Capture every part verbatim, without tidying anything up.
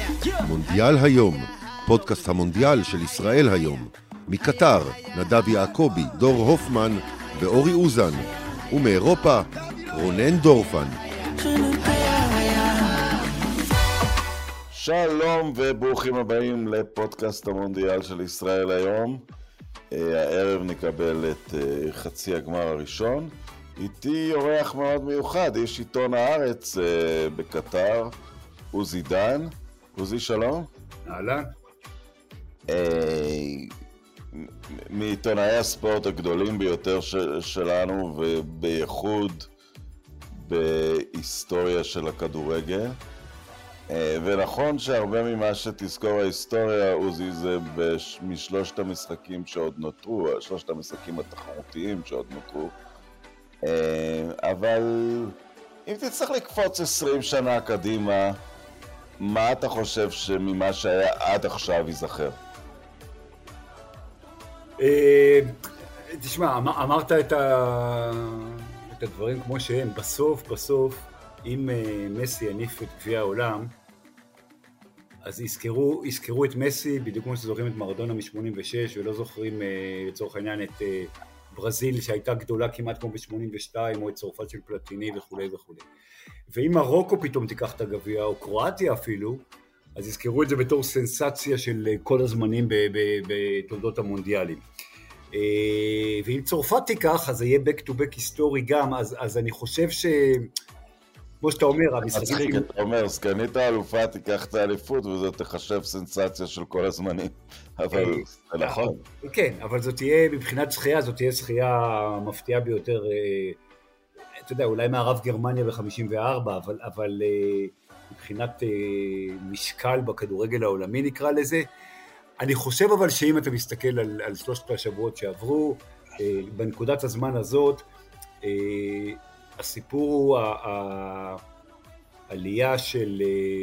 מונדיאל היום, פודקאסט המונדיאל של ישראל היום. מקטר, נדב יעקבי, דור הופמן ואורי אוזן. ומאירופה, רונן דורפן. שלום וברוכים הבאים לפודקאסט המונדיאל של ישראל היום. הערב נקבל את חצי הגמר הראשון. איתי אורח מאוד מיוחד, איש עיתון הארץ בקטר, עוזי דן. עוזי, שלום. אהלן. מעיתונאי הספורט הגדולים ביותר שלנו, ובייחוד בהיסטוריה של הכדורגל. ונכון שהרבה ממה שתזכור ההיסטוריה, עוזי, זה משלושת המשחקים שעוד נותרו, שלושת המשחקים התחרותיים שעוד נותרו. אבל אם תצטרך לקפוץ עשרים שנה קדימה, מה אתה חושב שממה שהיה עד עכשיו ייזכר? תשמע, אמרת את הדברים כמו שהם. בסוף, בסוף, אם מסי יניף את גביע העולם, אז יזכרו, יזכרו את מסי, בדיוק כמו שזוכרים את מרדונה מ-שמונים ושש, ולא זוכרים לצורך העניין את ברזיל שהייתה גדולה כמעט כמו ב-שמונים ושתיים, או את צרפת של פלטיני וכו' וכו'. ואם מרוקו פתאום תיקח את הגביע, או קרואטיה אפילו, אז יזכרו את זה בתור סנסציה של כל הזמנים בתולדות המונדיאלים. ואם צרפת תיקח, אז זה יהיה back to back היסטורי גם, אז, אז אני חושב ש... כמו שאתה אומר, המשחקים... מצחיק, אתה אומר, סגנית האלופה תיקח את האליפות, וזה תחשב סנסציה של כל הזמנים. אבל זה נכון. כן, אבל זאת תהיה, מבחינת שחייה, זאת תהיה שחייה מפתיעה ביותר, אתה יודע, אולי מערב גרמניה ב-חמישים וארבע, אבל, אבל מבחינת משקל בכדורגל העולמי נקרא לזה. אני חושב אבל שאם אתה מסתכל על, על שלושת השבועות שעברו, בנקודת הזמן הזאת, הסיפור הוא העלייה של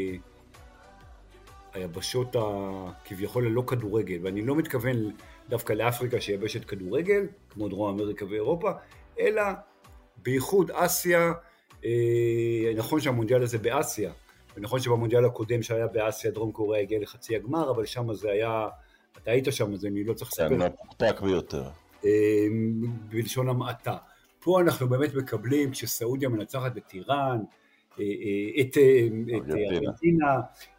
היבשות כביכול ללא כדורגל, ואני לא מתכוון דווקא לאפריקה שיבשת כדורגל, כמו דרום אמריקה ואירופה, אלא בייחוד אסיה. נכון שהמונדיאל הזה באסיה, ונכון שבמונדיאל הקודם שהיה באסיה, דרום קוריאה הגיע לחצי הגמר, אבל שם זה היה, אתה היית שם, אז אני לא צריך לספר. זה מפוקפק ביותר. בלשון המעטה. פה אנחנו באמת מקבלים, כשסעודיה מנצחת את איראן, את ארגנטינה,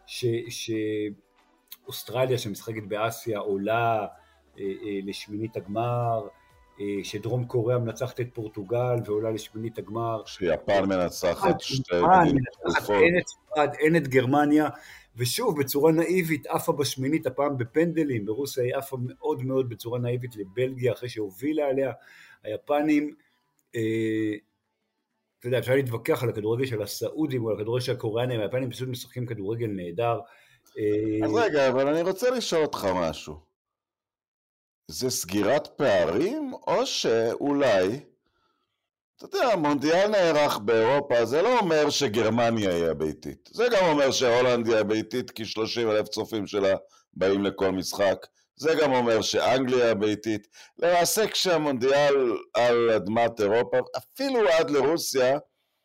שאוסטרליה שמשחקת באסיה עולה לשמינית הגמר, שדרום קוריאה מנצחת את פורטוגל ועולה לשמינית הגמר, שיפן מנצחת שתי מדינות, אין את גרמניה, ושוב בצורה נאיבית עפה בשמינית, הפעם בפנדלים, ברוסיה היא עפה מאוד מאוד בצורה נאיבית לבלגיה אחרי שהובילה עליה. היפנים, אתה יודע, אפשר להתווכח על הכדורגל של הסעודים או על הכדורגל של הקוריאנים, היפנים פשוט משחקים כדורגל נהדר. אז רגע, אבל אני רוצה לשאול אותך משהו. זה סגירת פערים, או שאולי, אתה יודע, המונדיאל נערך באירופה, זה לא אומר שגרמניה היא הביתית. זה גם אומר שהולנד היא הביתית, כי שלושים אלף צופים שלה באים לכל משחק. זה גם אומר שאנגליה הביתית. למעשה כשהמונדיאל על אדמת אירופה, אפילו עד לרוסיה,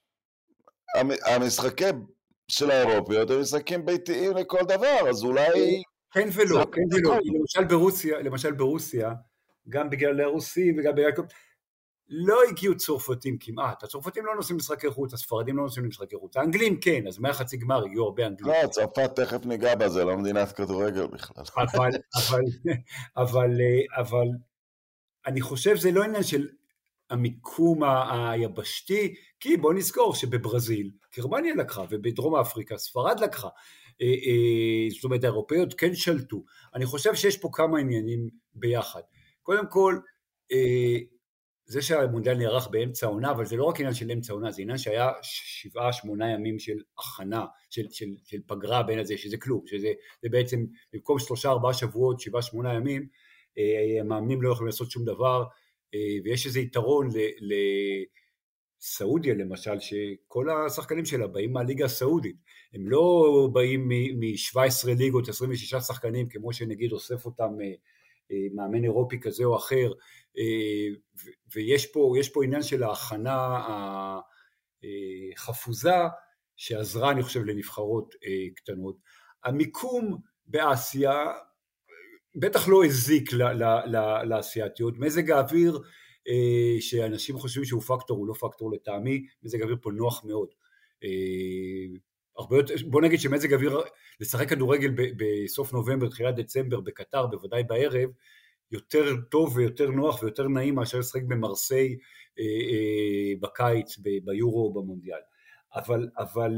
המשחקי של האירופיות הם משחקים ביתיים לכל דבר, אז אולי... כן ולא, כן ולא. למשל ברוסיה, למשל ברוסיה, גם בגלל הרוסים וגם בגלל... לא הגיעו צרפתים כמעט, הצרפתים לא נוסעים משחקי חוץ, הספרדים לא נוסעים משחקי חוץ, האנגלים כן, אז מה חצי גמר הגיעו הרבה אנגלים. לא, צרפת תכף ניגע בה, זה לא מדינת כדורגל בכלל. אבל, אבל, אבל, אבל, אני חושב זה לא עניין של המיקום היבשתי, כי בוא נזכור שבברזיל, גרמניה לקחה, ובדרום אפריקה, ספרד לקחה, זאת אומרת, האירופאיות כן שלטו. אני חושב שיש פה כמה עניינים ביחד. קודם כל, זה שהמונדיאל נערך באמצע העונה, אבל זה לא רק עניין של אמצע העונה, זה עניין שהיה שבעה, שמונה ימים של הכנה, של, של, של פגרה בין הזה, שזה כלום, שזה זה בעצם, במקום שלושה, ארבעה שבועות, שבעה, שמונה ימים, המאמנים לא יכולים לעשות שום דבר, ויש איזה יתרון לסעודיה, למשל, שכל השחקנים שלה באים מהליגה הסעודית, הם לא באים מ-שבע עשרה ליגות, עשרים ושישה שחקנים, כמו שנגיד אוסף אותם מאמן אירופי כזה או אחר, ויש פה, יש פה עניין של ההכנה החפוזה, שעזרה אני חושב לנבחרות קטנות. המיקום באסיה בטח לא הזיק לאסייתיות, מזג האוויר שאנשים חושבים שהוא פקטור, הוא לא פקטור לטעמי, מזג האוויר פה נוח מאוד. הרבה יותר, בוא נגיד שמזג האוויר, לשחק כדורגל בסוף נובמבר, תחילת דצמבר, בקטר, בוודאי בערב, יותר טוב ויותר נוח ויותר נעים מאשר לשחק במרסיי בקיץ, ביורו או במונדיאל. אבל, אבל,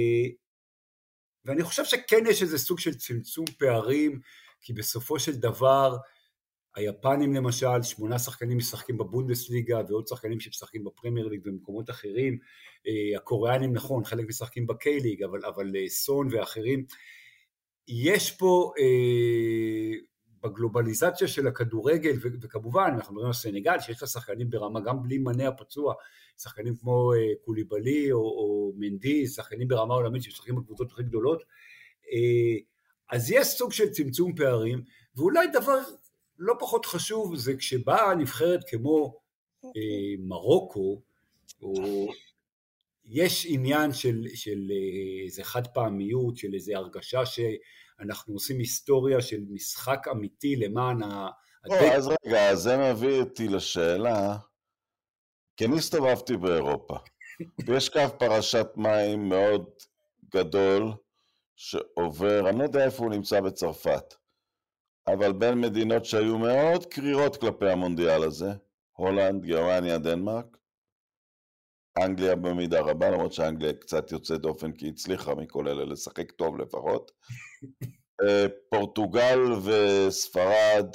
ואני חושב שכן יש איזה סוג של צמצום פערים, כי בסופו של דבר, היפנים למשל, שמונה שחקנים משחקים בבונדסליגה, ועוד שחקנים שמשחקים בפרמייר ליג במקומות אחרים, הקוריאנים נכון, חלק משחקים בקיי-ליג, אבל, אבל סון ואחרים, יש פה, בגלובליזציה של הכדורגל, וכמובן, אנחנו מדברים על סנגל, שיש לה שחקנים ברמה, גם בלי מנע פצוע, שחקנים כמו קוליבלי או, או מנדי, שחקנים ברמה עולמית, שמשחקים בקבוצות הכי גדולות, אז יש סוג של צמצום פערים, ואולי דבר לא פחות חשוב, זה כשבאה נבחרת כמו מרוקו, או יש עניין של, של איזה חד פעמיות, של איזה הרגשה שאנחנו עושים היסטוריה של משחק אמיתי למען ה... או, אז רגע, זה מביא אותי לשאלה, כי אני הסתובבתי באירופה, ויש קו פרשת מים מאוד גדול, שעובר, אני לא יודע איפה הוא נמצא בצרפת, אבל בין מדינות שהיו מאוד קרירות כלפי המונדיאל הזה, הולנד, גרמניה, דנמרק, אנגליה במידה רבה, למרות שאנגליה קצת יוצאת דופן, כי הצליחה מכל אלה לשחק טוב לפחות, פורטוגל וספרד,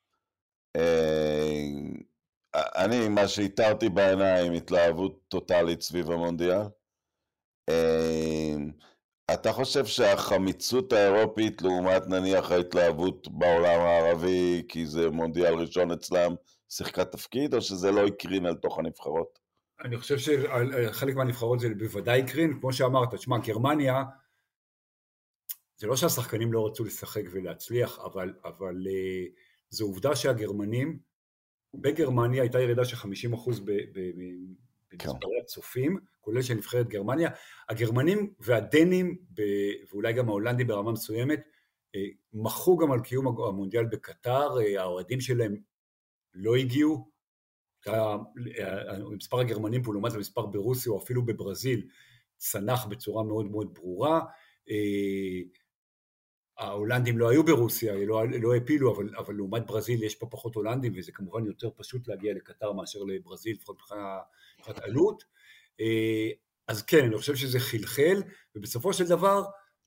אני, מה שהתארתי בעיניים, התלהבות טוטלית סביב המונדיאל, אתה חושב שהחמיצות האירופית לעומת נניח ההתלהבות בעולם הערבי, כי זה מונדיאל ראשון אצלם, שיחקה תפקיד, או שזה לא יקרין על תוך הנבחרות? אני חושב שחלק מהנבחרות זה בוודאי יקרין, כמו שאמרת, תשמע, גרמניה, זה לא שהשחקנים לא רצו לשחק ולהצליח, אבל, אבל זו עובדה שהגרמנים, בגרמניה הייתה ירידה של חמישים אחוז במספרי הצופים, כולל של נבחרת גרמניה, הגרמנים והדנים, ואולי גם ההולנדים ברמה מסוימת, מחו גם על קיום המונדיאל בקטר, האוהדים שלהם לא הגיעו, מספר הגרמנים פה לעומת המספר ברוסיה או אפילו בברזיל, צנח בצורה מאוד מאוד ברורה, ההולנדים לא היו ברוסיה, לא, לא הפילו, אבל, אבל לעומת ברזיל יש פה פחות הולנדים, וזה כמובן יותר פשוט להגיע לקטר מאשר לברזיל, לפחות מבחינת עלות, אז כן, אני חושב שזה חלחל, ובסופו של דבר,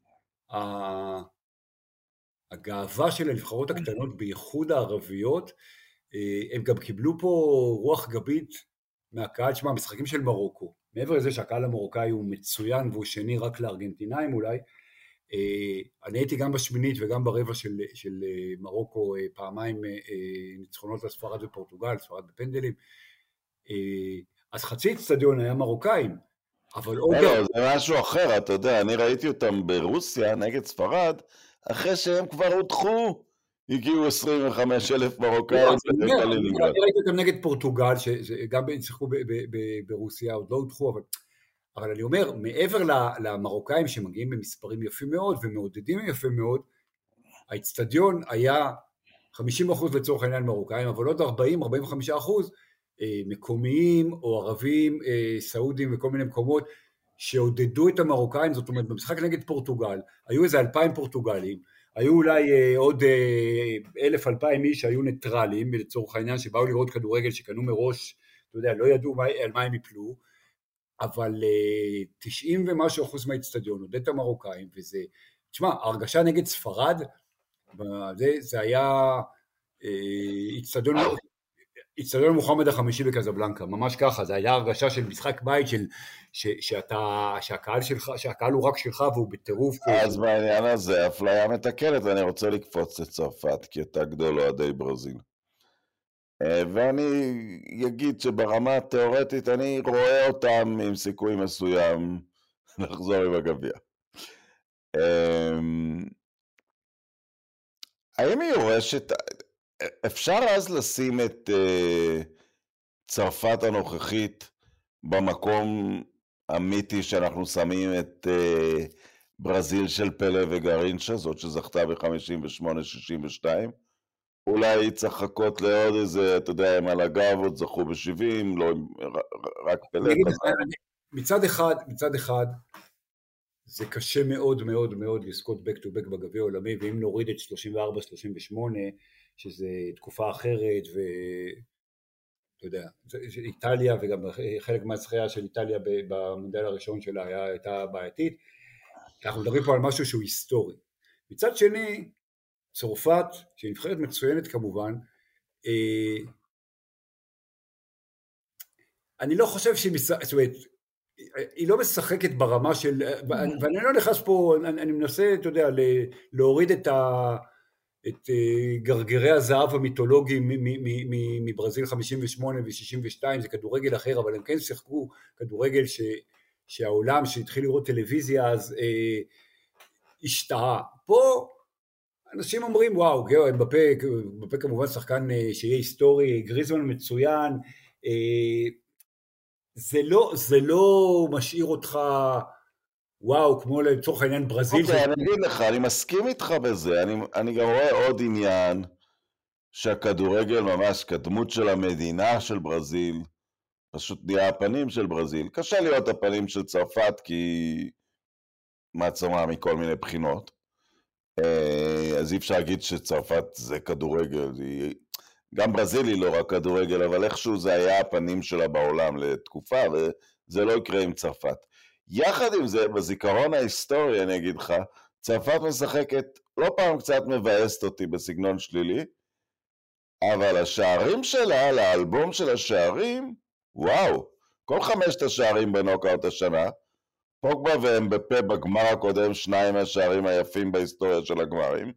הגאווה של הנבחרות הקטנות, בייחוד הערביות, הם גם קיבלו פה רוח גבית מהקהל, שמה, משחקים של מרוקו, מעבר לזה שהקהל המרוקאי הוא מצוין, והוא שני רק לארגנטינאים אולי, אני הייתי גם בשמינית וגם ברבע של, של מרוקו, פעמיים ניצחונות לספרד ופורטוגל, ספרד בפנדלים, אז חצי אצטדיון היה מרוקאים, אבל עוד... לא, זה משהו אחר, אתה יודע, אני ראיתי אותם ברוסיה נגד ספרד, אחרי שהם כבר הודחו, הגיעו עשרים וחמישה אלף מרוקאים. אני ראיתי אותם נגד פורטוגל, שגם שיחקו ברוסיה, עוד לא הודחו, אבל... אבל אני אומר, מעבר למרוקאים שמגיעים במספרים יפים מאוד ומעודדים יפה מאוד, האצטדיון היה חמישים אחוז לצורך העניין מרוקאים, אבל עוד ארבעים עד ארבעים וחמישה אחוז מקומיים או ערבים, סעודים וכל מיני מקומות שעודדו את המרוקאים, זאת אומרת, במשחק נגד פורטוגל, היו איזה אלפיים פורטוגלים, היו אולי עוד אלף אלפיים איש שהיו ניטרלים, לצורך העניין שבאו לראות כדורגל שקנו מראש, אתה יודע, לא ידעו על מה הם יפלו, אבל תשעים ומשהו אחוז מהאצטדיון, עודד את המרוקאים, וזה, תשמע, ההרגשה נגד ספרד, זה, זה היה אצטדיון, אצטדיון מוחמד החמישי בקזבלנקה, ממש ככה, זה היה הרגשה של משחק בית, של, ש, שאתה, שהקהל שלך, שהקהל הוא רק שלך, והוא בטירוף. אז בעניין הזה, אפליה מתקנת, ואני רוצה לקפוץ לצרפת, כי אתה גדול אוהדי ברזיל. ואני אגיד שברמה התיאורטית אני רואה אותם עם סיכוי מסוים לחזור עם הגביע. האם היא יורשת, אפשר אז לשים את צרפת הנוכחית במקום המיתי שאנחנו שמים את ברזיל של פלא וגרינצ'ה, זאת שזכתה ב-חמישים ושמונה שישים ושתיים, אולי צריך לחכות לעוד איזה, אתה יודע, הם על הגב עוד זכו ב-שבעים, לא, רק פלא חזר. מצד אחד, מצד אחד, זה קשה מאוד מאוד מאוד לזכות back to back בגביע העולמי, ואם נוריד את שלושים וארבע שלושים ושמונה, שזה תקופה אחרת, ואתה יודע, איטליה, וגם חלק מהזכייה של איטליה במונדיאל הראשון שלה היה, הייתה בעייתית, אנחנו מדברים פה על משהו שהוא היסטורי. מצד שני, צרפת, שהיא נבחרת מצוינת כמובן, אני לא חושב שהיא, זאת אומרת, היא לא משחקת ברמה של, ואני לא נכנס פה, אני מנסה, אתה יודע, להוריד את ה... את גרגרי הזהב המיתולוגיים מברזיל חמישים ושמונה ו-שישים ושתיים, זה כדורגל אחר, אבל הם כן שיחקו כדורגל ש, שהעולם שהתחיל לראות טלוויזיה אז אה, השתהה. פה אנשים אומרים וואו, גאו, אמבפה, אמבפה כמובן שחקן שיהיה היסטורי, גריזמן מצוין, אה, זה לא, זה לא משאיר אותך וואו, כמו לצורך העניין ברזיל. אוקיי, אני אגיד לך, אני מסכים איתך בזה, אני, אני גם רואה עוד עניין, שהכדורגל ממש כדמות של המדינה של ברזיל, פשוט נהיה הפנים של ברזיל. קשה להיות הפנים של צרפת, כי מעצמה מכל מיני בחינות. אז אי אפשר להגיד שצרפת זה כדורגל, גם ברזיל היא לא רק כדורגל, אבל איכשהו זה היה הפנים שלה בעולם לתקופה, וזה לא יקרה עם צרפת. יחד עם זה, בזיכרון ההיסטורי, אני אגיד לך, צרפת משחקת, לא פעם קצת מבאסת אותי בסגנון שלילי, אבל השערים שלה, לאלבום של השערים, וואו, כל חמשת השערים בנוקאוט השנה, פוגבה ואמבפה בגמר הקודם, שניים מהשערים היפים בהיסטוריה של הגמרים,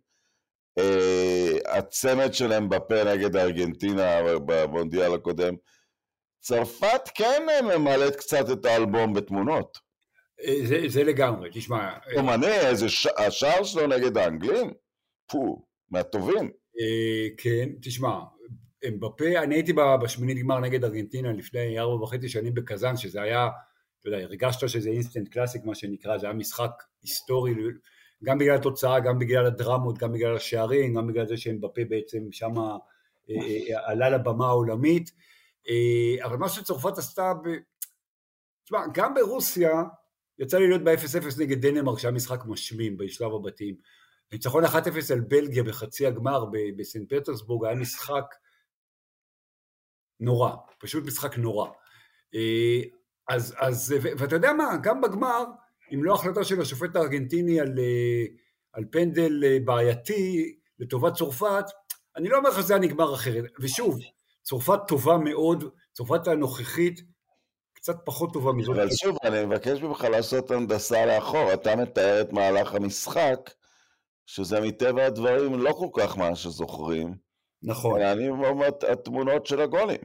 הצמד של אמבפה נגד ארגנטינה במונדיאל הקודם, צרפת כן ממלאת קצת את האלבום בתמונות. זה, זה לגמרי, תשמע. אומני, איזה ש... השער שלו נגד האנגלים? פו, מהטובים. כן, תשמע, אמבפה, אני הייתי בשמינית גמר נגד ארגנטינה לפני ארבע וחצי שנים בקזאן, שזה היה, אתה יודע, הרגשת שזה אינסטנט קלאסיק, מה שנקרא, זה היה משחק היסטורי, גם בגלל התוצאה, גם בגלל הדרמות, גם בגלל השערים, גם בגלל זה שאמבפה בעצם שם עלה לבמה העולמית, אבל מה שצרפת עשתה, ב... תשמע, גם ברוסיה, יצא לי להיות ב-אפס אפס נגד דנמרק, שהיה משחק משמים בשלב הבתים, ניצחון אחת אפס על בלגיה בחצי הגמר בסנט פטרסבורג, היה משחק נורא, פשוט משחק נורא. אז, אז, ואתה יודע מה, גם בגמר, אם לא החלטה של השופט הארגנטיני על, על פנדל בעייתי לטובת צרפת, אני לא אומר לך שזה היה נגמר אחרת, ושוב, צרפת טובה מאוד, צרפת הנוכחית, קצת פחות טובה מזאת. אבל שוב, אני מבקש ממך לעשות הנדסה לאחור, אתה מתאר את מהלך המשחק, שזה מטבע הדברים לא כל כך מה שזוכרים. נכון. אני אומר, התמונות של הגולים.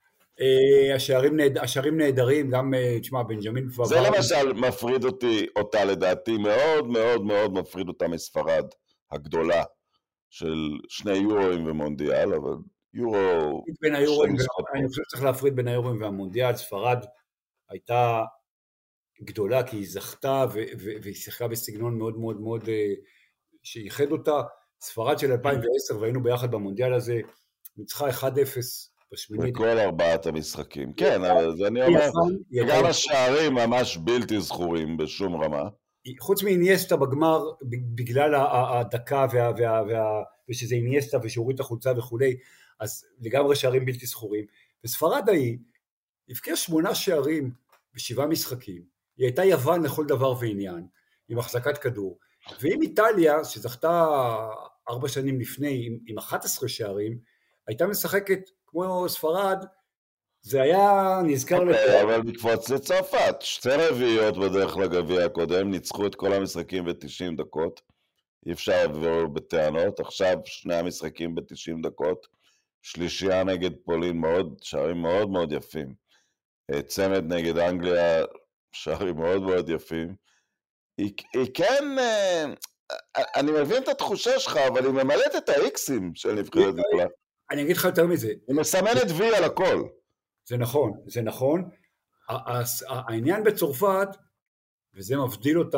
השערים נהדרים, גם, תשמע, בנג'מין פבאר. זה למשל מפריד אותי, אותה לדעתי, מאוד מאוד מאוד מפריד אותה מספרד הגדולה, של שני יורואים ומונדיאל, אבל יורו... בין היורואים, אני חושב שצריך להפריד בין היורואים והמונדיאל, ספרד הייתה גדולה, כי היא זכתה, והיא שיחקה בסגנון מאוד מאוד מאוד שייחד אותה, ספרד של אלפיים ועשר, והיינו ביחד במונדיאל הזה, ניצחה אחד אפס בשמינית. בכל ארבעת המשחקים, כן, אבל אני אומר, גם השערים ממש בלתי זכורים בשום רמה. חוץ מאינייסטה בגמר, בגלל הדקה, ושזה אינייסטה ושהוריד את החולצה וכולי, אז לגמרי שערים בלתי זכורים. וספרד ההיא, הבקיעה שמונה שערים בשבעה משחקים, היא הייתה יוון לכל דבר ועניין, עם החזקת כדור, ואם איטליה, שזכתה ארבע שנים לפני, עם, עם אחת עשרה שערים, הייתה משחקת כמו ספרד, זה היה נזכר okay, לפה. אבל נקפוץ לצרפת, שתי רביעיות בדרך לגביע הקודם, ניצחו את כל המשחקים ב-תשעים דקות, אי אפשר לבוא בטענות, עכשיו שני המשחקים ב-תשעים דקות, שלישייה נגד פולין, מאוד, שערים מאוד מאוד יפים, צמד נגד אנגליה, שערים מאוד מאוד יפים, היא, היא כן, אני מבין את התחושה שלך, אבל היא ממלאת את האיקסים של נבחרת גדולה. אני אגיד לך יותר מזה. היא מסמנת וי על הכל. זה נכון, זה נכון. העניין בצרפת, וזה מבדיל אותה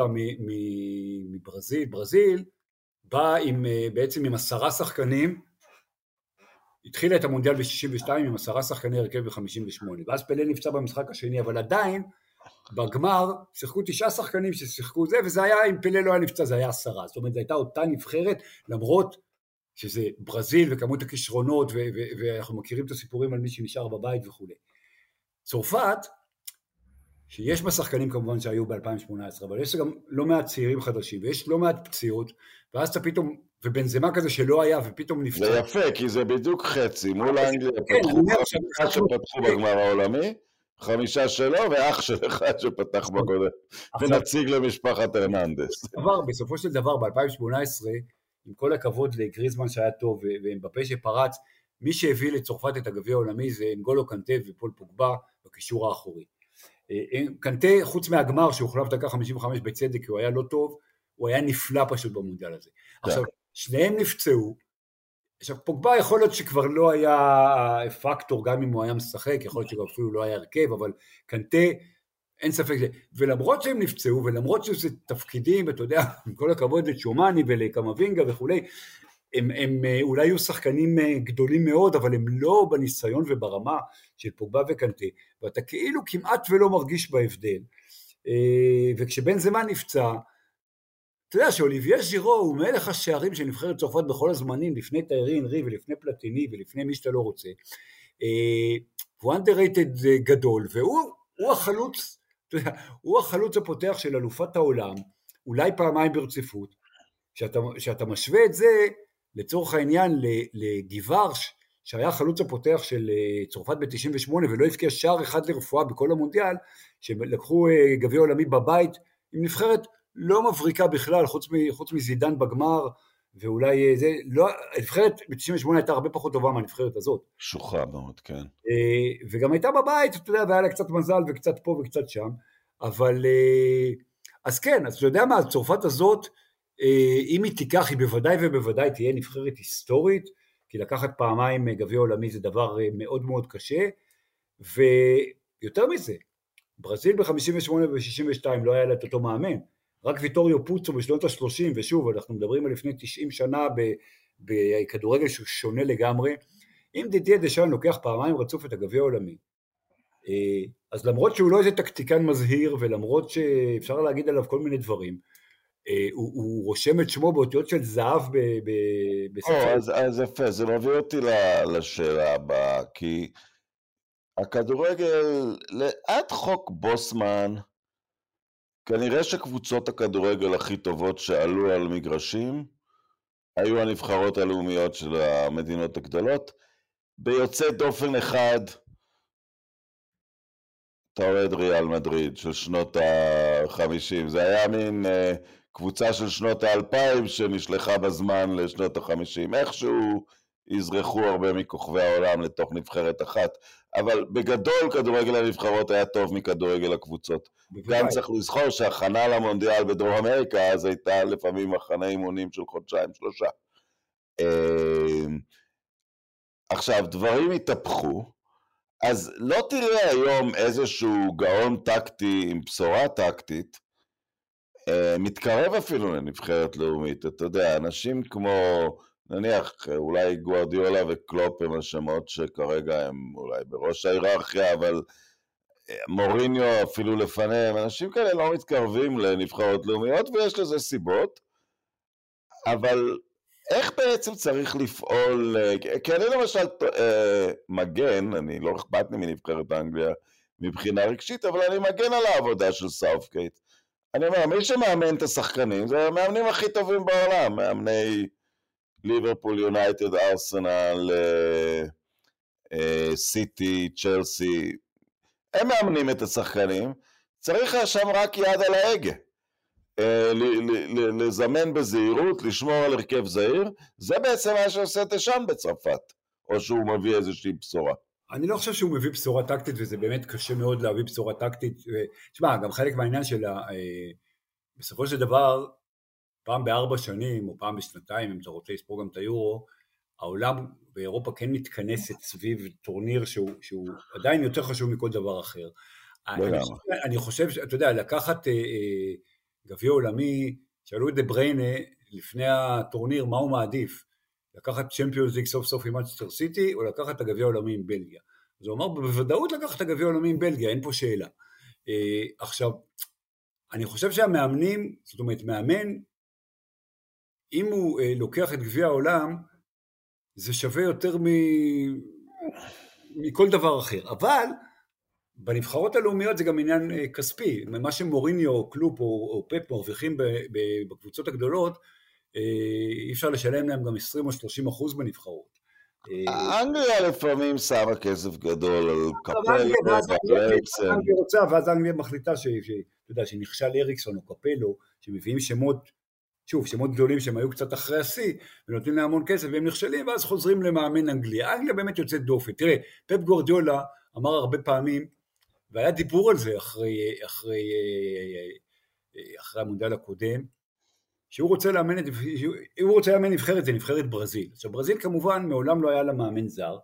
מברזיל. ברזיל בא עם, בעצם עם עשרה שחקנים, התחילה את המונדיאל ב-שישים ושתיים עם עשרה שחקני הרכב ב-חמישים ושמונה, ואז פלה נפצע במשחק השני, אבל עדיין בגמר שיחקו תשעה שחקנים ששיחקו זה, וזה היה, אם פלה לא היה נפצע, זה היה עשרה, זאת אומרת, זו הייתה אותה נבחרת, למרות שזה ברזיל וכמות הכישרונות, ו- ו- ואנחנו מכירים את הסיפורים על מי שנשאר בבית וכו'. צרפת, שיש בה שחקנים כמובן שהיו ב-אלפיים שמונה עשרה, אבל יש גם לא מעט צעירים חדשים, ויש לא מעט פציעות, ואז אתה פתאום, ובנזמה כזה שלא היה, ופתאום נפצע. זה יפה, כי זה בדיוק חצי, מול האנגליה פתחו חמישה שפתחו בגמר העולמי, חמישה שלו, ואח של אחד שפתח בקודם, ונציג למשפחת הרננדס. בסופו של דבר, ב-אלפיים שמונה עשרה, עם כל הכבוד לגריזמן שהיה טוב, ובפה שפרץ, מי שהביא לצרפת את הגביע העולמי, זה אנגולו קנטה ופול פוגבה, בקישור האחורי. קנטה, חוץ מהגמר שהוחלף דקה חמישים וחמש בצדק, כי הוא היה לא טוב, הוא היה נפלא פשוט במונדיאל הזה. עכשיו, שניהם נפצעו, עכשיו פוגבה יכול להיות שכבר לא היה פקטור, גם אם הוא היה משחק, יכול להיות שגם אפילו לא היה הרכב, אבל קנטה, אין ספק זה, ולמרות שהם נפצעו, ולמרות שזה תפקידים, אתה יודע, עם כל הכבוד לצ'ומני ולקמבינגה וכולי, הם, הם אולי יהיו שחקנים גדולים מאוד, אבל הם לא בניסיון וברמה של פוגבה וקנטה, ואתה כאילו כמעט ולא מרגיש בהבדל, וכשבן זמן נפצע, אתה יודע שאוליביה ז'ירו הוא מלך השערים של נבחרת צרפת בכל הזמנים, לפני טיירי אנרי ולפני פלטיני ולפני מי שאתה לא רוצה, הוא underrated גדול, והוא הוא החלוץ, אתה יודע, הוא החלוץ הפותח של אלופת העולם, אולי פעמיים ברציפות, שאתה, שאתה משווה את זה לצורך העניין לגיוורש, שהיה החלוץ הפותח של צרפת ב-תשעים ושמונה, ולא הפקיע שער אחד לרפואה בכל המונדיאל, שלקחו גביע עולמי בבית, עם נבחרת לא מבריקה בכלל, חוץ, חוץ מזידן בגמר, ואולי זה, לא, הנבחרת ב-תשעים ושמונה הייתה הרבה פחות טובה מהנבחרת הזאת. שוחה מאוד, כן. וגם הייתה בבית, אתה יודע, והיה לה קצת מזל, וקצת פה וקצת שם, אבל, אז כן, אז אתה יודע מה, הצרפת הזאת, אם היא תיקח, היא בוודאי ובוודאי תהיה נבחרת היסטורית, כי לקחת פעמיים גביע עולמי זה דבר מאוד מאוד קשה, ויותר מזה, ברזיל ב-חמישים ושמונה וב-שישים ושתיים לא היה לה את אותו מאמן, רק ויטוריו פוצו בשנות ה-שלושים, ושוב, אנחנו מדברים על לפני תשעים שנה בכדורגל שהוא שונה לגמרי, אם דידיה דשאן לוקח פעמיים רצוף את הגביע העולמי, אז למרות שהוא לא איזה טקטיקן מזהיר, ולמרות שאפשר להגיד עליו כל מיני דברים, הוא, הוא רושם את שמו באותיות של זהב בספר. אז, אז יפה, זה מביא אותי לשאלה הבאה, כי הכדורגל, עד חוק בוסמן, כנראה שקבוצות הכדורגל הכי טובות שעלו על מגרשים, היו הנבחרות הלאומיות של המדינות הגדולות, ביוצא דופן אחד, אתה אוהד ריאל מדריד של שנות ה-חמישים, זה היה מין קבוצה של שנות ה-אלפיים שנשלחה בזמן לשנות ה-חמישים, איכשהו יזרחו הרבה מכוכבי העולם לתוך נבחרת אחת, אבל בגדול כדורגל הנבחרות היה טוב מכדורגל הקבוצות. בוודאי. גם צריך לזכור שהכנה למונדיאל בדרום אמריקה אז הייתה לפעמים מחנה אימונים של חודשיים שלושה. עכשיו, דברים התהפכו, אז לא תראה היום איזשהו גאון טקטי עם בשורה טקטית, מתקרב אפילו לנבחרת לאומית, אתה יודע, אנשים כמו, נניח, אולי גוארדיולה וקלופ הם השמות שכרגע הם אולי בראש ההיררכיה, אבל מוריניו אפילו לפניהם, אנשים כאלה לא מתקרבים לנבחרות לאומיות, ויש לזה סיבות, אבל איך בעצם צריך לפעול, כי אני למשל מגן, אני לא אכפת לי מנבחרת אנגליה מבחינה רגשית, אבל אני מגן על העבודה של סאות'גייט. אני אומר, מי שמאמן את השחקנים, זה המאמנים הכי טובים בעולם, מאמני ליברפול, יונייטד, ארסנל, סיטי, צ'לסי, הם מאמנים את השחקנים, צריך שם רק יד על ההגה, לזמן בזהירות, לשמור על הרכב זהיר, זה בעצם מה שעושה דשאן בצרפת, או שהוא מביא איזושהי בשורה. אני לא חושב שהוא מביא בשורה טקטית, וזה באמת קשה מאוד להביא בשורה טקטית. תשמע, גם חלק מהעניין של, בסופו של דבר, פעם בארבע שנים, או פעם בשנתיים, אם אתה רוצה לספור גם את היורו, העולם באירופה כן מתכנסת סביב טורניר שהוא, שהוא עדיין יותר חשוב מכל דבר אחר. אני חושב, אתה יודע, לקחת גביע עולמי, שאלו את דה בריינה לפני הטורניר, מה הוא מעדיף? לקחת צ'מפיונס ליג סוף סוף עם מנצ'סטר סיטי, או לקחת את הגביע העולמי עם בלגיה. אז הוא אמר, בוודאות לקחת את הגביע העולמי עם בלגיה, אין פה שאלה. עכשיו, אני חושב שהמאמנים, זאת אומרת, מאמן, אם הוא לוקח את גביע העולם, זה שווה יותר מ... מכל דבר אחר. אבל, בנבחרות הלאומיות זה גם עניין כספי. מה שמוריניו או קלופ או, או פפ מרוויחים בקבוצות הגדולות, אי אפשר לשלם להם גם עשרים או שלושים אחוז בנבחרות. אנגליה לפעמים שמה כסף גדול על קפלו, אנגליה רוצה, ואז אנגליה מחליטה שנכשל אריקסון או קפלו, שמביאים שמות, שוב, שמות גדולים שהם היו קצת אחרי השיא, ונותנים להם המון כסף והם נכשלים, ואז חוזרים למאמן אנגליה. אנגליה באמת יוצאת דופן. תראה, פפ גוארדיולה אמר הרבה פעמים, והיה דיבור על זה אחרי, אחרי, אחרי המונדיאל הקודם, שהוא רוצה לאמן, הוא רוצה לאמן נבחרת, זה נבחרת ברזיל. עכשיו, ברזיל כמובן מעולם לא היה לה מאמן זר.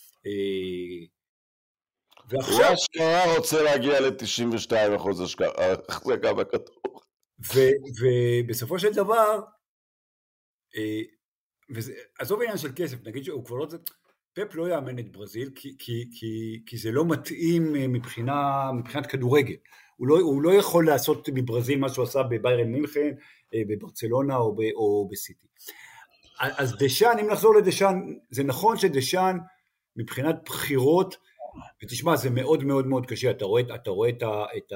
ועכשיו... השקעה רוצה להגיע ל-תשעים ושתיים אחוז החזקה בכדור. ובסופו של דבר, עזוב העניין של כסף, נגיד שהוא כבר לא... פפ לא יאמן את ברזיל, כי, כי, כי, כי זה לא מתאים מבחינה, מבחינת כדורגל. הוא לא, הוא לא יכול לעשות מברזיל מה שהוא עשה בביירן מינכן, בברצלונה או, ב, או בסיטי. אז דשאן, אם נחזור לדשאן, זה נכון שדשאן, מבחינת בחירות, ותשמע, זה מאוד מאוד מאוד קשה, אתה רואה, אתה רואה את, ה, את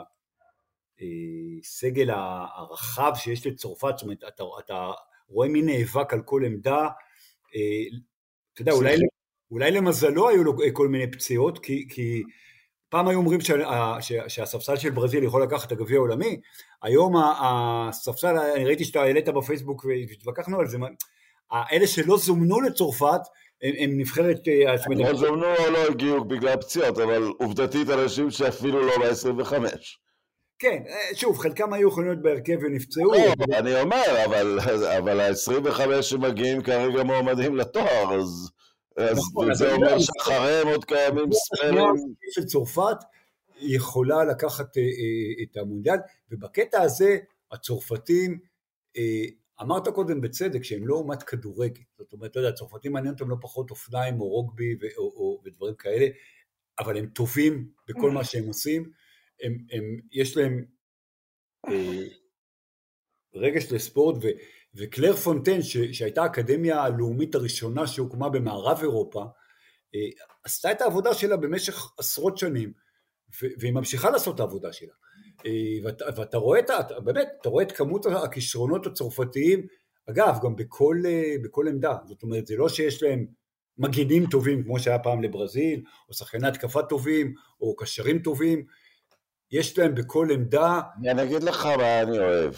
הסגל הרחב שיש לצרפת, זאת אומרת, אתה, אתה רואה מי נאבק על כל עמדה, אתה יודע, אולי, אולי למזלו היו לו כל מיני פציעות, כי, כי פעם היו אומרים שה, שה, שהספסל של ברזיל יכול לקחת את הגביע העולמי, היום הספסל, אני ראיתי שאתה העלית בפייסבוק והתווכחנו על זה, אלה שלא זומנו לצרפת, הם, הם נבחרת... לא זומנו או לא הגיעו בגלל פציעות, אבל עובדתית אנשים שאפילו לא ב-עשרים וחמש. כן, שוב, חלקם היו יכולים להיות בהרכב ונפצעו. לא, אני אומר, אבל ה-עשרים וחמש שמגיעים כרגע מועמדים לתואר, אז זה אומר שאחריהם עוד קיימים ספרים. של צרפת יכולה לקחת את המונדיאל, ובקטע הזה הצרפתים, אמרת קודם בצדק שהם לא אומת כדורגל, זאת אומרת, אתה יודע, הצרפתים מעניין אותם לא פחות אופניים או רוגבי ודברים כאלה, אבל הם טובים בכל מה שהם עושים, הם, הם, יש להם אה, רגש לספורט, ו, וקלר פונטן, ש, שהייתה האקדמיה הלאומית הראשונה שהוקמה במערב אירופה, אה, עשתה את העבודה שלה במשך עשרות שנים, ו, והיא ממשיכה לעשות את העבודה שלה. אה, ואת, ואתה רואה את, באמת, אתה רואה את כמות הכישרונות הצרפתיים, אגב, גם בכל, אה, בכל עמדה, זאת אומרת, זה לא שיש להם מגינים טובים, כמו שהיה פעם לברזיל, או שחקני התקפה טובים, או קשרים טובים, יש להם בכל עמדה... אני אגיד לך מה אני אוהב,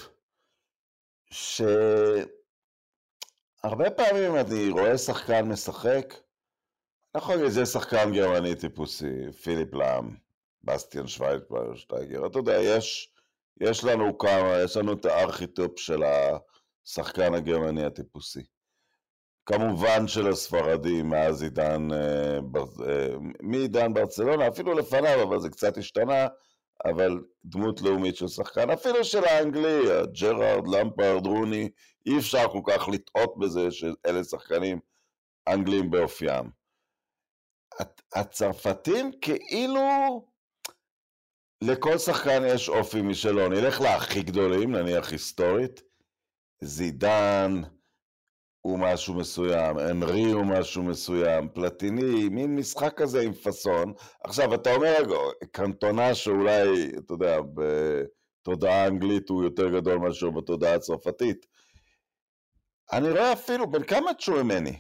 שהרבה פעמים אני רואה שחקן משחק, נכון, זה שחקן גרמני טיפוסי, פיליפ לאם, בסטיאן שווייטשטייגר, אתה יודע, יש, יש לנו כמה, יש לנו את הארכיטופ של השחקן הגרמני הטיפוסי. כמובן של הספרדים, מאז עידן, מעידן ברצלונה, אפילו לפניו, אבל זה קצת השתנה, אבל דמות לאומית של שחקן, אפילו של האנגלי, ג'רארד, למפרד, רוני, אי אפשר כל כך לטעות בזה שאלה שחקנים אנגלים באופיים. הצרפתים כאילו לכל שחקן יש אופי משלו, נלך להכי גדולים, נניח היסטורית, זידן הוא משהו מסוים, אנרי הוא משהו מסוים, פלטיני, מין משחק כזה עם פסון. עכשיו, אתה אומר, קנטונה שאולי, אתה יודע, בתודעה האנגלית הוא יותר גדול משהו בתודעה הצרפתית. אני רואה אפילו, בין כמה צ'ואמני?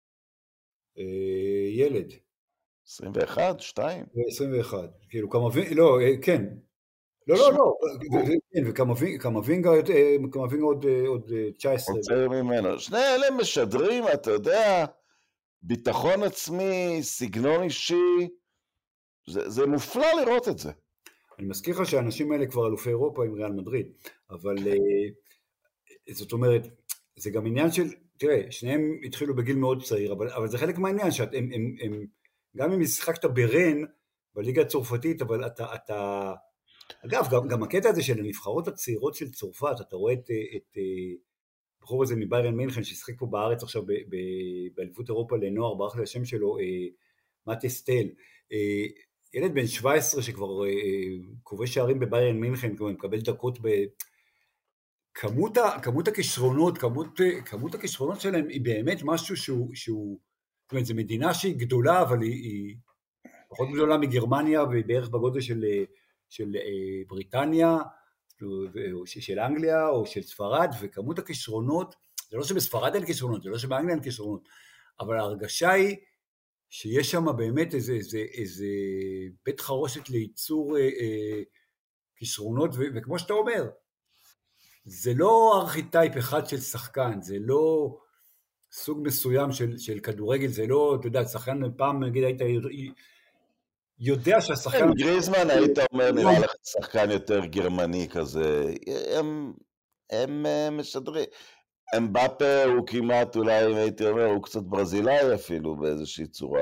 ילד. עשרים ואחת, שתיים? עשרים ואחת, כאילו כמה, לא, כן. לא, לא, לא, וקמבינגה עוד תשע עשרה. רוצה ממנו. שני אלה משדרים, אתה יודע, ביטחון עצמי, סגנון אישי, זה, זה מופלא לראות את זה. אני מזכיר לך שהאנשים האלה כבר אלופי אירופה עם ריאל מדריד, אבל זאת אומרת, זה גם עניין של, תראה, שניהם התחילו בגיל מאוד צעיר, אבל, אבל זה חלק מהעניין, שאת, הם, הם, הם, גם אם השחקת ברן, בליגה הצרפתית, אבל אתה, אתה... אגב, גם, גם הקטע הזה של הנבחרות הצעירות של צרפת, אתה רואה את, את בחור הזה מביירן מינכן, ששחק פה בארץ עכשיו באליפות אירופה לנוער, ברח לי השם שלו, מתי סטל, ילד בן שבע עשרה שכבר כובש שערים בביירן מינכן, כבר מקבל דקות ב... כמות, ה, כמות הכישרונות, כמות, כמות הכישרונות שלהם היא באמת משהו שהוא, שהוא, זאת אומרת, זו מדינה שהיא גדולה, אבל היא, היא פחות גדולה מגרמניה, ובערך בגודל של, של בריטניה, או של אנגליה, או של ספרד, וכמות הכישרונות, זה לא שבספרד אין כישרונות, זה לא שבאנגליה אין כישרונות, אבל ההרגשה היא, שיש שם באמת איזה, איזה, איזה בית חרושת לייצור אה, אה, כישרונות, ו, וכמו שאתה אומר, זה לא ארכיטייפ אחד של שחקן, זה לא סוג מסוים של, של כדורגל, זה לא, אתה יודע, שחקן פעם, נגיד, היית יודע שהשחקן... גריזמן, היית אומר, נראה לך שחקן יותר גרמני כזה, הם, הם משדרים, אמבפה הוא כמעט, אולי הייתי אומר, הוא קצת ברזילאי אפילו, באיזושהי צורה.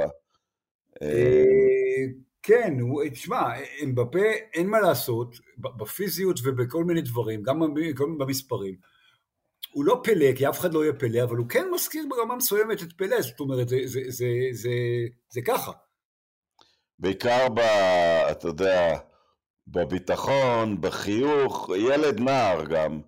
כן, תשמע, אמבפה אין מה לעשות, בפיזיות ובכל מיני דברים, גם במספרים, הוא לא פלא, כי אף אחד לא יהיה פלא, אבל הוא כן מזכיר ברמה מסוימת את פלא, זאת אומרת, זה, זה, זה, זה, זה ככה. בעיקר ב, אתה יודע, בביטחון, בחיוך, ילד נער גם.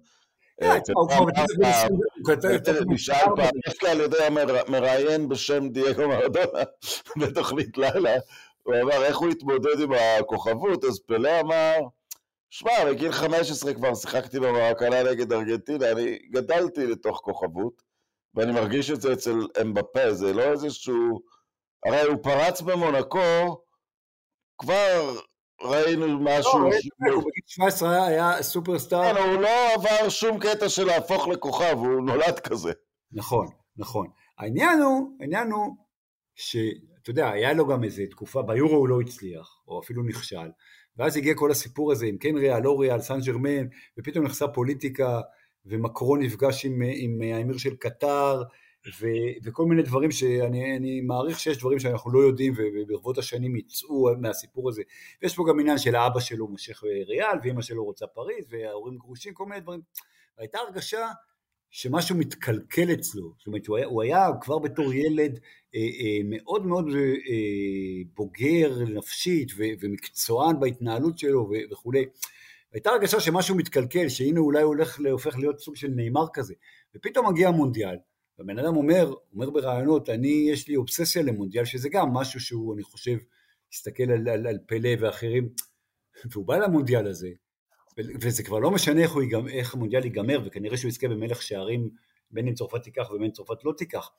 נשאל פעם, יש כאלה יודע מראיין בשם דייגו מרדונה בתוכנית לילה, הוא אמר איך הוא התמודד עם הכוכבות, אז פלא אמר, שמע, בגיל חמש עשרה כבר שיחקתי במערכה נגד ארגנטינה, אני גדלתי לתוך כוכבות, ואני מרגיש את זה אצל אמבפה, זה לא איזשהו, הרי הוא פרץ במונקו, כבר ראינו משהו... לא, הוא בגיל שבע עשרה היה סופרסטאר. כן, הוא לא עבר שום קטע של להפוך לכוכב, הוא נולד כזה. נכון, נכון. העניין הוא, העניין הוא, שאתה יודע, היה לו גם איזו תקופה, ביורו הוא לא הצליח, או אפילו נכשל, ואז הגיע כל הסיפור הזה, עם כן ריאל, לא ריאל, סן ג'רמן, ופתאום נכנסה פוליטיקה, ומקרון נפגש עם, עם האמיר של קטר, ו, וכל מיני דברים שאני אני מעריך שיש דברים שאנחנו לא יודעים, וברבות השנים יצאו מהסיפור הזה. ויש פה גם עניין של האבא שלו מושך ריאל, ואמא שלו רוצה פריז, וההורים גרושים, כל מיני דברים. והייתה הרגשה שמשהו מתקלקל אצלו, זאת אומרת, הוא היה, הוא היה כבר בתור ילד אה, אה, מאוד מאוד אה, בוגר נפשית, ו, ומקצוען בהתנהלות שלו ו, וכו'. הייתה הרגשה שמשהו מתקלקל, שהנה אולי הוא הולך להופך להיות סוג של ניימר כזה, ופתאום מגיע המונדיאל, והבן אדם אומר, אומר ברעיונות, אני, יש לי אובססיה למונדיאל, שזה גם משהו שהוא, אני חושב, הסתכל על, על, על פלא ואחרים, והוא בא למונדיאל הזה, וזה כבר לא משנה איך, יגמר, איך המונדיאל ייגמר, וכנראה שהוא יזכה במלך שערים, בין אם צרפת תיקח ובין אם צרפת לא תיקח,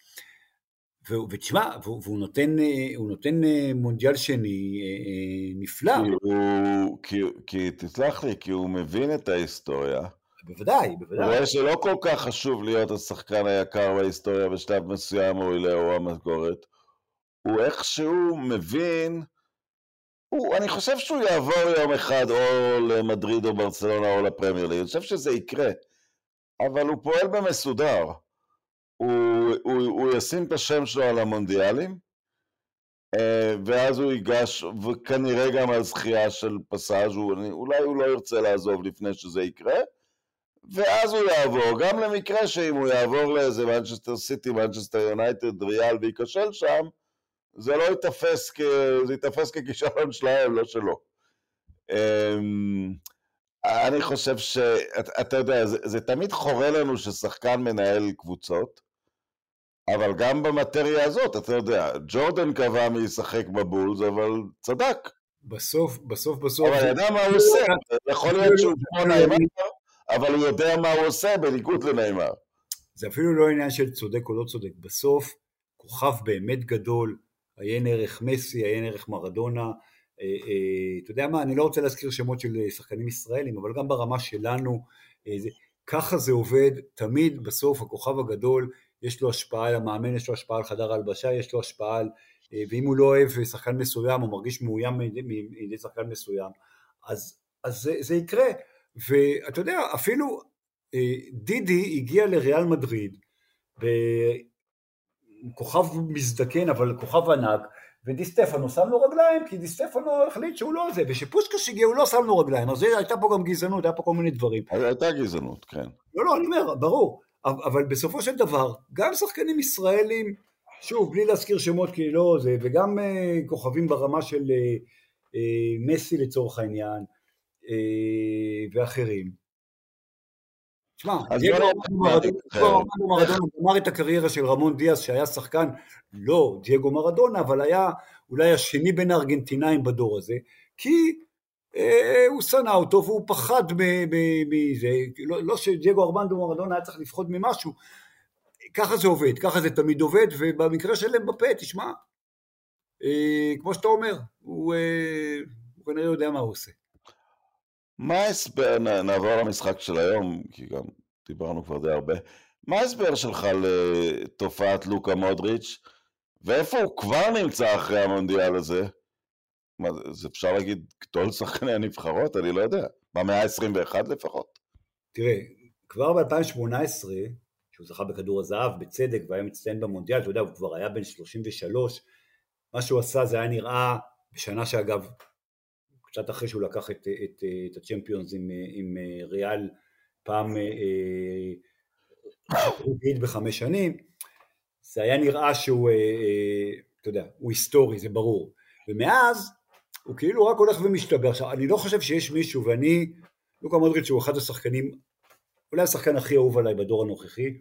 ותשמע, והוא נותן, הוא נותן מונדיאל שני נפלא. כי, כי תסלח לי, כי הוא מבין את ההיסטוריה, בוודאי, בוודאי. הוא רואה שלא כל כך חשוב להיות השחקן היקר בהיסטוריה בשלב מסוים או אליה המשכורת. הוא איכשהו מבין, הוא, אני חושב שהוא יעבור יום אחד או למדריד או ברצלונה או לפרמייר ליג, אני חושב שזה יקרה, אבל הוא פועל במסודר. הוא, הוא, הוא ישים את השם שלו על המונדיאלים, ואז הוא ייגש, וכנראה גם על זכייה של פסאז', אולי הוא לא ירצה לעזוב לפני שזה יקרה, ואז הוא יעבור, גם למקרה שאם הוא יעבור לאיזה מנצ'סטר סיטי, מנצ'סטר יונייטד, ריאל ויקשל שם, זה לא יתפס, כ... זה יתפס ככישלון שלהם, לא שלו. אני חושב שאתה יודע, זה, זה תמיד חורה לנו ששחקן מנהל קבוצות, אבל גם במטריה הזאת, אתה יודע, ג'ורדן קבע מי ישחק בבולס, אבל צדק. בסוף, בסוף, בסוף. אבל ידע מה הוא עושה, יכול להיות שהוא כמו ניימר, אבל הוא יודע מה הוא עושה בניגוד לניימר. זה אפילו לא עניין של צודק או לא צודק, בסוף כוכב באמת גדול, עיין ערך מסי, עיין ערך מרדונה, אתה יודע מה, אני לא רוצה להזכיר שמות של שחקנים ישראלים, אבל גם ברמה שלנו, ככה זה עובד, תמיד בסוף הכוכב הגדול, יש לו השפעה על המאמן, יש לו השפעה על חדר ההלבשה, יש לו השפעה על, ואם הוא לא אוהב שחקן מסוים, הוא מרגיש מאוים מידי שחקן מסוים, אז, אז זה, זה יקרה, ואתה יודע, אפילו דידי הגיע לריאל מדריד, כוכב מזדקן, אבל כוכב ענק, ודי סטפנו שם לו רגליים, כי די סטפנו החליט שהוא לא זה, ושפושקש הגיע הוא לא שם לו רגליים, אז הייתה פה גם גזענות, היה פה כל מיני דברים. הייתה גזענות, כן. לא, לא, אני אומר, ברור, אבל בסופו של דבר, גם שחקנים ישראלים, שוב, בלי להזכיר שמות כי לא זה, וגם uh, כוכבים ברמה של uh, uh, מסי לצורך העניין, uh, ואחרים. תשמע, דייגו מרדונה גמר את הקריירה של רמון דיאס, שהיה שחקן, לא דייגו מרדונה, אבל היה אולי השני בין הארגנטינאים בדור הזה, כי אה, הוא שנא אותו והוא פחד מזה, לא, לא שדייגו ארמנדו מרדונה היה צריך לפחוד ממשהו, ככה זה עובד, ככה זה תמיד עובד, ובמקרה של אמבפה, תשמע, אה, כמו שאתה אומר, הוא, אה, הוא כנראה יודע מה הוא עושה. מה ההסבר, נעבור למשחק של היום, כי גם דיברנו כבר די הרבה, מה ההסבר שלך לתופעת לוקה מודריץ', ואיפה הוא כבר נמצא אחרי המונדיאל הזה? מה, זה אפשר להגיד גדול שחקני הנבחרות? אני לא יודע. במאה ה-עשרים ואחת לפחות? תראה, כבר ב-אלפיים שמונה עשרה, שהוא זכה בכדור הזהב, בצדק, והיה מצטיין במונדיאל, אתה יודע, הוא כבר היה בן שלושים ושלוש, מה שהוא עשה זה היה נראה, בשנה שאגב, קצת אחרי שהוא לקח את, את, את הצ'מפיונס עם, עם ריאל פעם רביעית אה, בחמש שנים, זה היה נראה שהוא, אה, אתה יודע, הוא היסטורי, זה ברור. ומאז הוא כאילו רק הולך ומשתבר. עכשיו, אני לא חושב שיש מישהו, ואני, לוקה מודריץ' הוא אחד השחקנים, אולי השחקן הכי אהוב עליי בדור הנוכחי,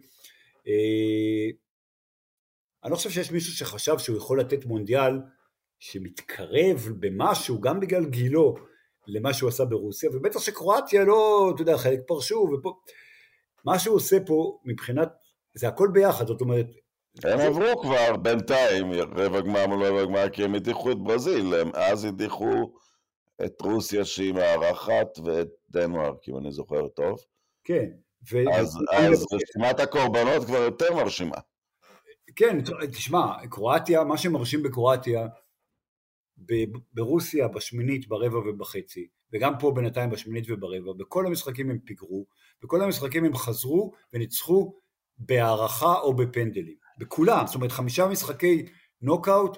אה, אני לא חושב שיש מישהו שחשב שהוא יכול לתת מונדיאל, שמתקרב במשהו, גם בגלל גילו, למה שהוא עשה ברוסיה, ובטח שקרואטיה לא, אתה יודע, חלק פרשו, ופה, מה שהוא עושה פה, מבחינת, זה הכל ביחד, זאת אומרת... הם עברו כבר בינתיים, רבע גמר מול רבע גמר, כי הם הדיחו את ברזיל, הם אז הדיחו את רוסיה שהיא מארחת, ואת דנמרק, אם אני זוכר טוב. כן. אז רשימת הקורבנות כבר יותר מרשימה. כן, תשמע, קרואטיה, מה שמרשים בקרואטיה, ברוסיה בשמינית, ברבע ובחצי, וגם פה בינתיים בשמינית וברבע, בכל המשחקים הם פיגרו, בכל המשחקים הם חזרו וניצחו בהערכה או בפנדלים, בכולם, זאת אומרת חמישה משחקי נוקאוט.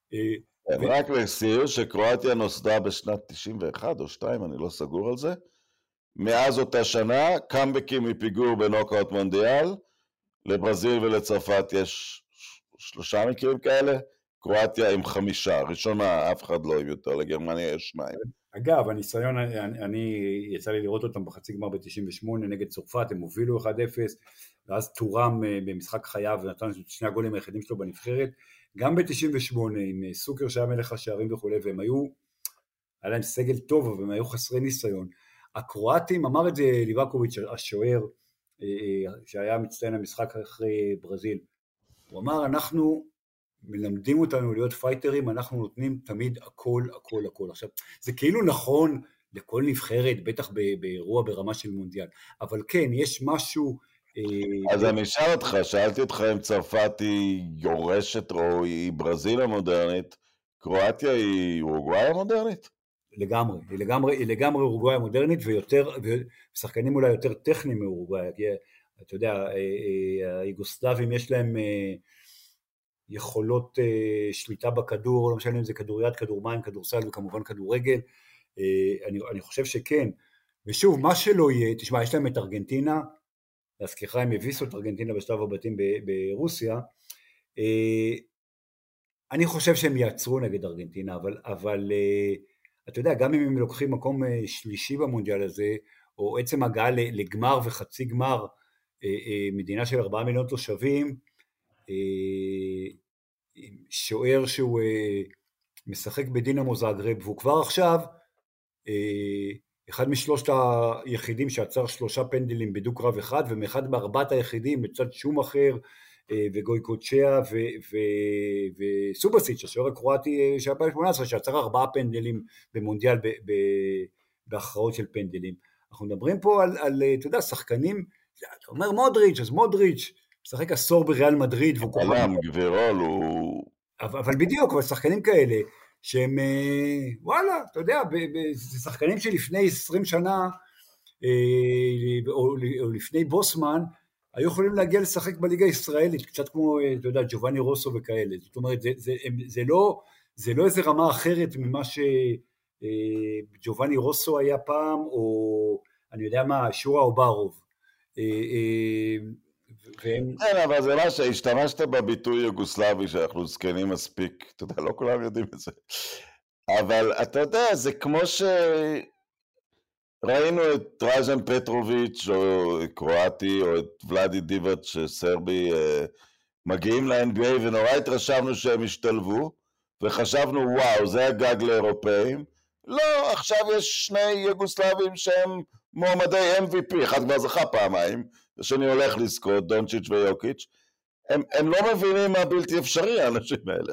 רק לסיום שקרואטיה נוסדה בשנת תשעים ואחת או שתיים, אני לא סגור על זה, מאז אותה שנה, קאמבקים מפיגור בנוקאוט מונדיאל, לברזיל ולצרפת יש שלושה מקרים כאלה, קרואטיה עם חמישה, ראשונה אף אחד לא עם יותר, לגרמניה יש שניים. אגב, הניסיון, אני, אני יצא לי לראות אותם בחצי גמר ב-תשעים ושמונה נגד צרפת, הם הובילו אחד אפס, ואז תורם במשחק חייו ונתן את שני הגולים היחידים שלו בנבחרת, גם ב-תשעים ושמונה עם סוקר שהיה מלך השערים וכו', והם היו, היה להם סגל טוב, אבל הם היו חסרי ניסיון. הקרואטים, אמר את זה ליבקוביץ' השוער, שהיה מצטיין המשחק אחרי ברזיל, הוא אמר, אנחנו מלמדים אותנו להיות פייטרים, אנחנו נותנים תמיד הכל, הכל, הכל. עכשיו, זה כאילו נכון לכל נבחרת, בטח באירוע ברמה של מונדיאל, אבל כן, יש משהו... אז אני אשאל אותך, שאלתי אותך אם צרפת היא יורשת או היא ברזיל המודרנית, קרואטיה היא אורוגוואי המודרנית? לגמרי, היא לגמרי, היא לגמרי אורוגוואי המודרנית, ויותר, ושחקנים אולי יותר טכניים מאורוגוואי, כי אתה יודע, היוגוסלבים יש להם יכולות שליטה בכדור, לא משנה אם זה כדוריד, כדור מים, כדורסל וכמובן כדורגל, אני, אני חושב שכן, ושוב, מה שלא יהיה, תשמע, יש להם את ארגנטינה, להזכירך הם הביסו את ארגנטינה בשלב הבתים ברוסיה, אני חושב שהם יעצרו נגד ארגנטינה, אבל, אבל אתה יודע, גם אם הם לוקחים מקום שלישי במונדיאל הזה, או עצם הגעה לגמר וחצי גמר, מדינה של ארבעה מיליון תושבים, שוער שהוא משחק בדינמו זאגרב, והוא כבר עכשיו אחד משלושת היחידים שעצר שלושה פנדלים בדוק רב אחד, ומאחד מארבעת היחידים בצד שום אחר, וגויקוצ'יה וסובסיץ', השוער הקרואטי של אלפיים שמונה עשרה, שעצר ארבעה פנדלים במונדיאל בהכרעות של פנדלים. אנחנו מדברים פה על, על אתה יודע, שחקנים, אתה אומר מודריץ', אז מודריץ', משחק עשור בריאל מדריד, עולם, גבירול, הוא... אבל בדיוק, אבל שחקנים כאלה, שהם, וואלה, אתה יודע, זה שחקנים שלפני עשרים שנה, או לפני בוסמן, היו יכולים להגיע לשחק בליגה הישראלית, קצת כמו, אתה יודע, ג'ובאני רוסו וכאלה, זאת אומרת, זה, זה, זה לא, זה לא איזה רמה אחרת ממה שג'ובאני רוסו היה פעם, או אני יודע מה, שורה או ברוב. כן, אבל זה מה שהשתמשת בביטוי יוגוסלבי, שאנחנו זקנים מספיק, אתה יודע, לא כולם יודעים את זה. אבל אתה יודע, זה כמו ש... ראינו את טראז'ן פטרוביץ' או קרואטי, או את ולאדי דיבאץ' סרבי, מגיעים ל-אן בי איי, ונורא התרשמנו שהם השתלבו, וחשבנו, וואו, זה הגג לאירופאים. לא, עכשיו יש שני יוגוסלבים שהם מועמדי אם וי פי, אחד כבר זכה פעמיים, השני הולך לזכות, דונצ'יץ' ויוקיץ'. הם, הם לא מבינים מה בלתי אפשרי, האנשים האלה.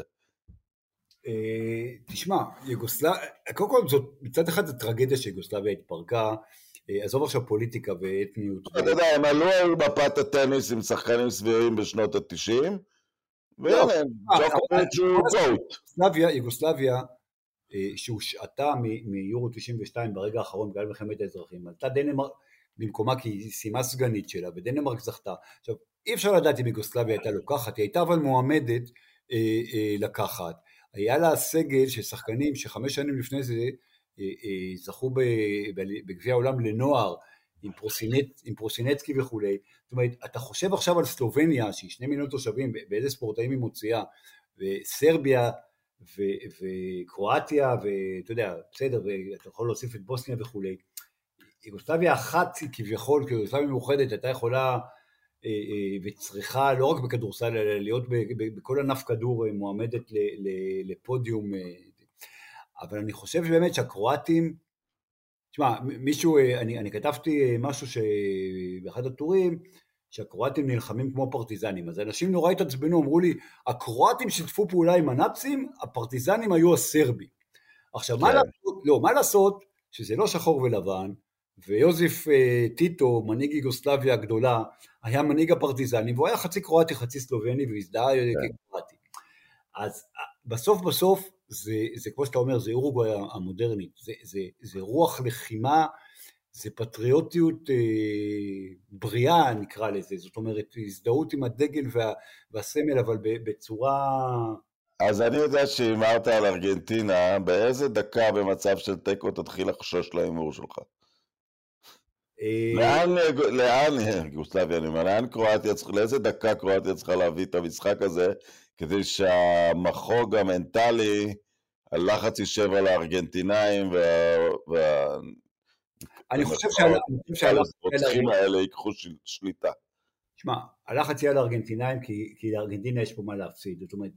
תשמע, יוגוסלביה, קודם כל זאת, מצד אחד זה טרגדיה שיוגוסלביה התפרקה, עזוב עכשיו פוליטיקה ואתניות. אתה יודע, הם עלו על מפת הטניס עם שחקנים סבירים בשנות ה-תשעים, והנה, ג'וקוביץ' הוא גוט. יוגוסלביה, שהושעתה מיורו תשעים ושתיים ברגע האחרון בגלל מלחמת האזרחים, עלתה דנמרק במקומה כי היא סיימה סגנית שלה, ודנמרק זכתה. עכשיו, אי אפשר לדעת אם יוגוסלביה הייתה לוקחת, היא הייתה אבל מועמדת לקחת. היה לה סגל של שחקנים שחמש שנים לפני זה זכו בגביע העולם לנוער, עם, פרוסינט, עם פרוסינצקי וכולי. זאת אומרת, אתה חושב עכשיו על סלובניה, שהיא שני מיליון תושבים, באיזה ספורטאים היא מוציאה, וסרביה, ו- וקרואטיה, ואתה יודע, בסדר, ואתה יכול להוסיף את בוסניה וכולי. יוגוסלביה אחת כביכול, כי יוגוסלביה מאוחדת, הייתה יכולה וצריכה לא רק בכדורסל, אלא להיות בכל ענף כדור מועמדת לפודיום. אבל אני חושב שבאמת שהקרואטים, תשמע, מישהו, אני, אני כתבתי משהו שבאחד הטורים, שהקרואטים נלחמים כמו פרטיזנים, אז אנשים נורא התעצבנו, אמרו לי, הקרואטים שיתפו פעולה עם הנאצים, הפרטיזנים היו הסרבים. עכשיו, מה לעשות, לא, מה לעשות, שזה לא שחור ולבן, ויוזף טיטו, מנהיג יוגוסלביה הגדולה, היה מנהיג הפרטיזנים, והוא היה חצי קרואטי, חצי סלובני, והזדהה כקרואטי. אז בסוף בסוף, זה, זה כמו שאתה אומר, זה אורוגוואי המודרנית, זה, זה, זה רוח לחימה, זה פטריוטיות אה, בריאה נקרא לזה, זאת אומרת, הזדהות עם הדגל וה, והסמל, אבל בצורה... אז אני יודע שאמרת על ארגנטינה, באיזה דקה במצב של טקו תתחיל לחשוש לאימור שלך? לאן, לאן, יוגוסלביה, אני אומר, לאן קרואטיה, לאיזה דקה קרואטיה צריכה להביא את המשחק הזה, כדי שהמחוג המנטלי, הלחץ יישב על הארגנטינאים, וה... אני חושב שהרוצחים האלה ייקחו שליטה. שמע, הלחץ יהיה על הארגנטינאים, כי לארגנטינה יש פה מה להפסיד, זאת אומרת,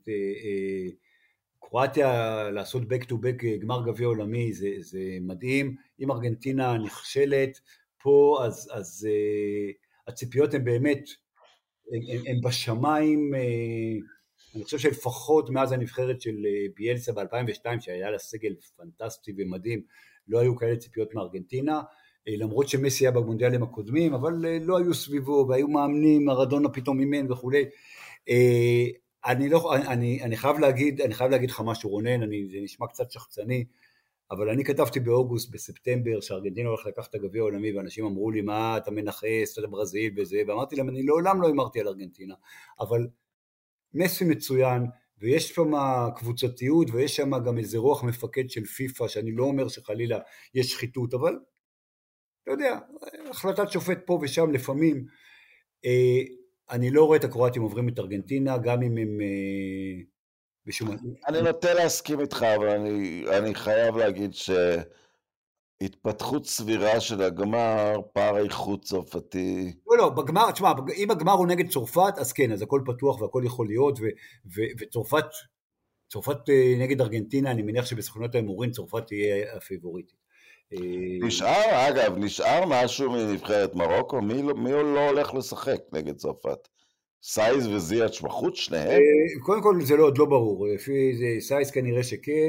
קרואטיה לעשות back to back גמר גביע עולמי, זה מדהים, אם ארגנטינה נכשלת, פה, אז, אז uh, הציפיות הן באמת, הן בשמיים, uh, אני חושב שלפחות מאז הנבחרת של uh, ביאלסה ב-אלפיים ושתיים, שהיה לה סגל פנטסטי ומדהים, לא היו כאלה ציפיות מארגנטינה, uh, למרות שמסי היה במונדיאלים הקודמים, אבל uh, לא היו סביבו, והיו מאמנים, מרדונה פתאום אימן וכו'. Uh, אני, לא, אני, אני חייב להגיד, אני חייב להגיד לך משהו, רונן, אני, זה נשמע קצת שחצני, אבל אני כתבתי באוגוסט, בספטמבר, שארגנטינה הולך לקחת את הגביע העולמי, ואנשים אמרו לי, מה, אתה מנחס, אתה ברזיל וזה, ואמרתי להם, אני לעולם לא אמרתי על ארגנטינה, אבל מסי מצוין, ויש שם קבוצתיות, ויש שם גם איזה רוח מפקד של פיפה, שאני לא אומר שחלילה יש שחיתות, אבל, אתה יודע, החלטת שופט פה ושם לפעמים, אה, אני לא רואה את הקרואטים עוברים את ארגנטינה, גם אם הם... אה, אני נוטה להסכים איתך, אבל אני, אני חייב להגיד שהתפתחות סבירה של הגמר, פער איכות צרפתי... לא, לא, בגמר, תשמע, אם הגמר הוא נגד צרפת, אז כן, אז הכל פתוח והכל יכול להיות, ו, ו, וצרפת, צרפת נגד ארגנטינה, אני מניח שבסוכנות ההימורים צרפת תהיה הפיבוריטית. נשאר, אגב, נשאר משהו מנבחרת מרוקו, מי, מי לא הולך לשחק נגד צרפת? סייז וזיאץ' בחוץ שניהם? קודם כל זה לא, עוד לא ברור, לפי זה סייז כנראה שכן,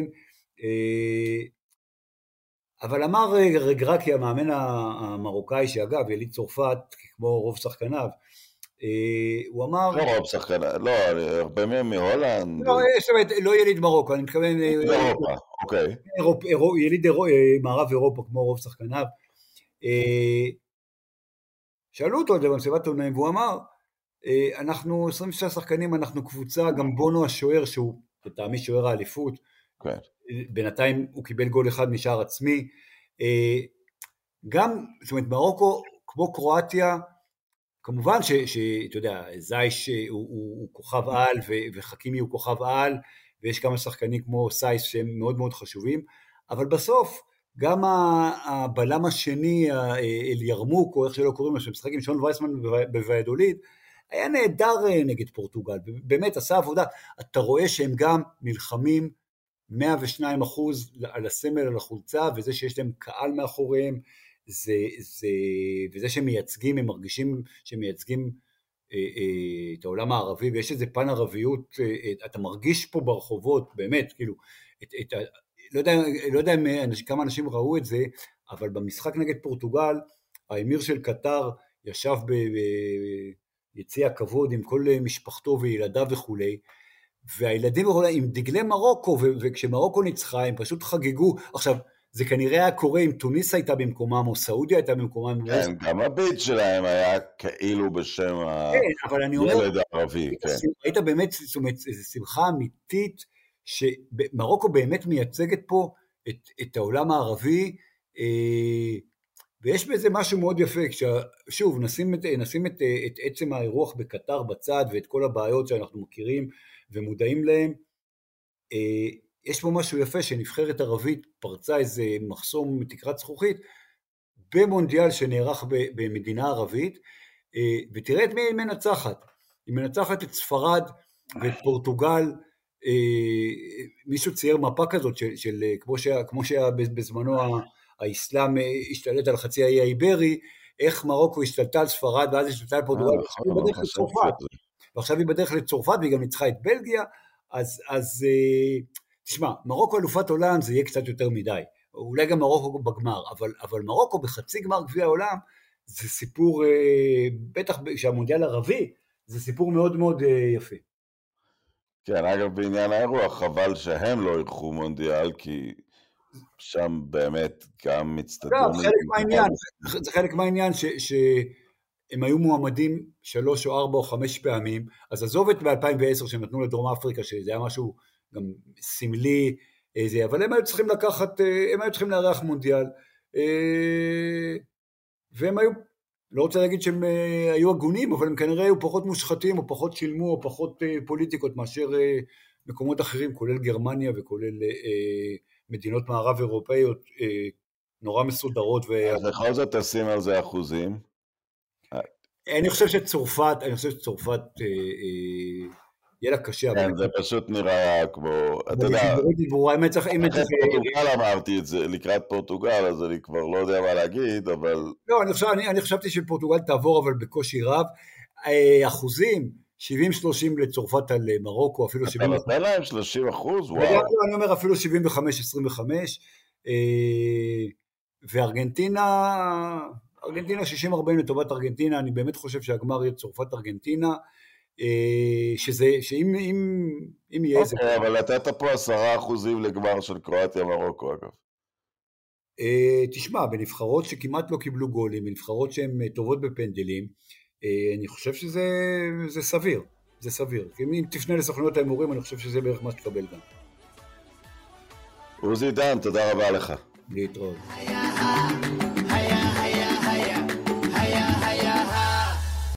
אבל אמר רגרקי המאמן המרוקאי שאגב יליד צרפת כמו רוב שחקניו, הוא אמר... לא רוב שחקניו, לא, הרבה מהם מהולנד. לא, לא יליד מרוקו, אני מתכוון... אירופה, אוקיי. יליד מערב אירופה כמו רוב שחקניו. שאלו אותו את זה במסיבת עיתונאים והוא אמר, אנחנו עשרים ושש שחקנים, אנחנו קבוצה, גם בונו השוער, שהוא לטעמי שוער האליפות, כן. בינתיים הוא קיבל גול אחד משער עצמי. גם, זאת אומרת, מרוקו, כמו קרואטיה, כמובן שאתה יודע, זייש הוא, הוא, הוא כוכב על, וחכימי הוא כוכב על, ויש כמה שחקנים כמו סייס שהם מאוד מאוד חשובים, אבל בסוף, גם הבלם השני, אל ירמוק, או איך שלא קוראים לו, שמשחק עם שון וייסמן בויאדוליד, היה נהדר נגד פורטוגל, באמת עשה עבודה, אתה רואה שהם גם נלחמים מאה ושניים אחוז על הסמל, על החולצה, וזה שיש להם קהל מאחוריהם, זה, זה, וזה שמייצגים, הם מרגישים שמייצגים אה, אה, את העולם הערבי, ויש איזה פן ערביות, אה, אתה מרגיש פה ברחובות, באמת, כאילו, את, את, לא יודע, לא יודע כמה אנשים ראו את זה, אבל במשחק נגד פורטוגל, האמיר של קטר ישב ביציע הכבוד עם כל משפחתו וילדיו וכולי, והילדים עם דגלי מרוקו, וכשמרוקו ניצחה, הם פשוט חגגו. עכשיו, זה כנראה היה קורה אם טוניס הייתה במקומם, או סעודיה הייתה במקומם. כן, גם הביט שלהם היה כאילו בשם הילד הערבי. היית באמת, זאת אומרת, זו שמחה אמיתית, שמרוקו באמת מייצגת פה את העולם הערבי, ויש בזה משהו מאוד יפה, שוב, נשים את עצם האירוח בקטר בצד, ואת כל הבעיות שאנחנו מכירים ומודעים להם, יש פה משהו יפה שנבחרת ערבית פרצה איזה מחסום מתקרת זכוכית, במונדיאל שנערך במדינה ערבית, ותראה את מי היא מנצחת, היא מנצחת את ספרד ואת פורטוגל, מישהו צייר מפה כזאת, של, של, כמו שהיה, כמו שהיה בזמנו האסלאם השתלט על חצי האי האיברי, איך מרוקו השתלטה על ספרד, ואז השתלטה על פורטוגל, ועכשיו היא בדרך לצרפת, והיא גם ניצחה את בלגיה, אז, אז תשמע, מרוקו אלופת עולם זה יהיה קצת יותר מדי, אולי גם מרוקו בגמר, אבל, אבל מרוקו בחצי גמר גביע העולם, זה סיפור, בטח שהמונדיאל ערבי, זה סיפור מאוד מאוד יפה. כן, אגב בעניין האירוח, חבל שהם לא ירחו מונדיאל, כי שם באמת גם מצטדיונים. לא, חלק מהעניין, זה חלק מהעניין שהם היו מועמדים שלוש או ארבע או חמש פעמים, אז עזוב את ב-אלפיים ועשר שהם נתנו לדרום אפריקה, שזה היה משהו גם סמלי, אבל הם היו צריכים לקחת, הם היו צריכים לארח מונדיאל, והם היו, לא רוצה להגיד שהם היו הגונים, אבל הם כנראה היו פחות מושחתים, או פחות שילמו, או פחות פוליטיקות, מאשר מקומות אחרים, כולל גרמניה, וכולל מדינות מערב אירופאיות, נורא מסודרות. אז לכל זאת תשים על זה אחוזים? אני חושב שצרפת, אני חושב שצרפת, יהיה לה קשה. כן, זה פשוט נראה כמו, אתה יודע, אחרי פורטוגל אמרתי את זה, לקראת פורטוגל, אז אני כבר לא יודע מה להגיד, אבל... לא, אני חשבתי שפורטוגל תעבור, אבל בקושי רב. אחוזים, שבעים שלושים לצרפת על מרוקו, אפילו שבעים... אתה נותן להם שלושים אחוז? וואו. אני אומר אפילו שבעים וחמש עשרים וחמש, וארגנטינה, ארגנטינה שישים ארבעים לטובת ארגנטינה, אני באמת חושב שהגמר יהיה צרפת ארגנטינה, שזה, שאם אם, אם יהיה איזה... אוקיי, אבל נתת פה עשרה אחוזים לגמר של קרואטיה מרוקו, אגב. תשמע, בנבחרות שכמעט לא קיבלו גולים, בנבחרות שהן טובות בפנדלים, אני חושב שזה זה סביר, זה סביר. אם תפנה לסוכנויות ההימורים, אני חושב שזה בערך מה שתקבל גם. עוזי דן, תודה רבה לך. להתראות.